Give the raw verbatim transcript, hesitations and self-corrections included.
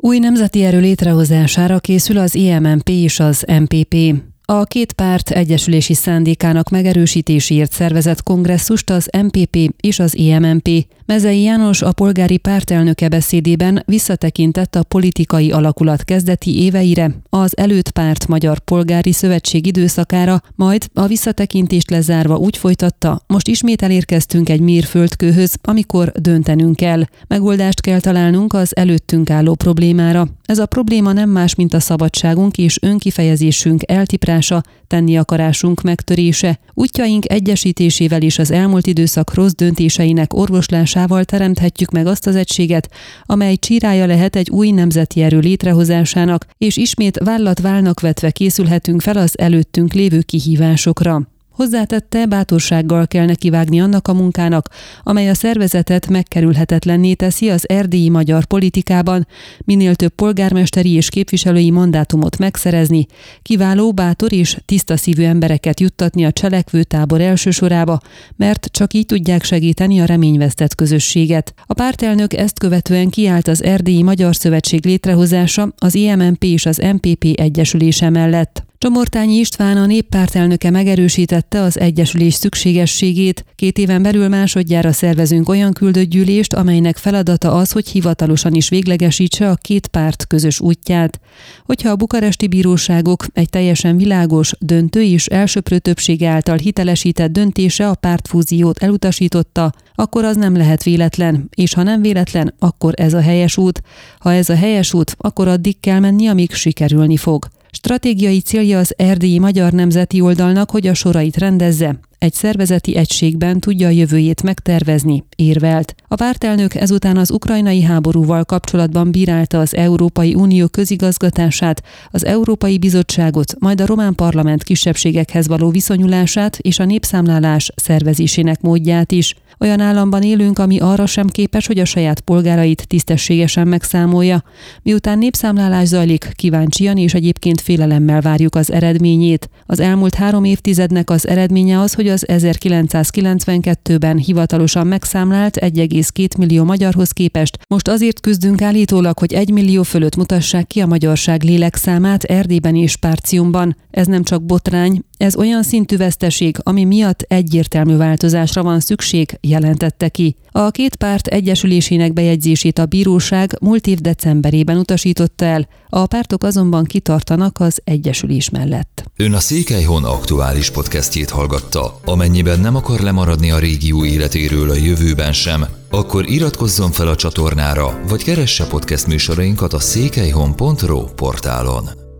Új nemzeti erő létrehozására készül az i em en pé és az em pé pé. A két párt egyesülési szándékának megerősítéséért szervezett kongresszust az em pé pé és az i em en pé. Mezei János, a polgári pártelnöke beszédében visszatekintett a politikai alakulat kezdeti éveire, az Előtt Párt Magyar Polgári Szövetség időszakára, majd a visszatekintést lezárva úgy folytatta: most ismét elérkeztünk egy mérföldkőhöz, amikor döntenünk kell. Megoldást kell találnunk az előttünk álló problémára. Ez a probléma nem más, mint a szabadságunk és önkifejezésünk eltiprása, tenni akarásunk megtörése. Útjaink egyesítésével és az elmúlt időszak rossz döntéseinek orvoslásával teremthetjük meg azt az egységet, amely csírája lehet egy új nemzeti erő létrehozásának, és ismét vállat válnak vetve készülhetünk fel az előttünk lévő kihívásokra. Hozzátette, bátorsággal kell nekivágni annak a munkának, amely a szervezetet megkerülhetetlenné teszi az erdélyi magyar politikában, minél több polgármesteri és képviselői mandátumot megszerezni, kiváló, bátor és tiszta szívű embereket juttatni a cselekvő tábor első sorába, mert csak így tudják segíteni a reményvesztett közösséget. A pártelnök ezt követően kiállt az Erdélyi Magyar Szövetség létrehozása, az i em en pé és az em pé pé egyesülése mellett. Csomortányi István, a Néppárt elnöke megerősítette az egyesülés szükségességét. Két éven belül másodjára szervezünk olyan küldött gyűlést, amelynek feladata az, hogy hivatalosan is véglegesítse a két párt közös útját. Hogyha a bukaresti bíróságok egy teljesen világos, döntő és elsöprő többsége által hitelesített döntése a pártfúziót elutasította, akkor az nem lehet véletlen, és ha nem véletlen, akkor ez a helyes út. Ha ez a helyes út, akkor addig kell menni, amíg sikerülni fog. Stratégiai célja az erdélyi magyar nemzeti oldalnak, hogy a sorait rendezze, egy szervezeti egységben tudja a jövőjét megtervezni, érvelt. A pártelnök ezután az ukrajnai háborúval kapcsolatban bírálta az Európai Unió közigazgatását, az Európai Bizottságot, majd a román parlament kisebbségekhez való viszonyulását és a népszámlálás szervezésének módját is. Olyan államban élünk, ami arra sem képes, hogy a saját polgárait tisztességesen megszámolja. Miután népszámlálás zajlik, kíváncsian és egyébként félelemmel várjuk az eredményét. Az elmúlt három évtizednek az eredménye az, hogy az ezerkilencszázkilencvenkettőben hivatalosan megszámlált egy egész két millió magyarhoz képest most azért küzdünk állítólag, hogy egy millió fölött mutassák ki a magyarság lélekszámát Erdélyben és Partiumban. Ez nem csak botrány, ez olyan szintű veszteség, ami miatt egyértelmű változásra van szükség, jelentette ki. A két párt egyesülésének bejegyzését a bíróság múlt év decemberében utasította el, a pártok azonban kitartanak az egyesülés mellett. Ön a Székelyhon aktuális podcastjét hallgatta. Amennyiben nem akar lemaradni a régió életéről a jövőben sem, akkor iratkozzon fel a csatornára, vagy keresse podcast műsorainkat a székelyhon pont ro portálon.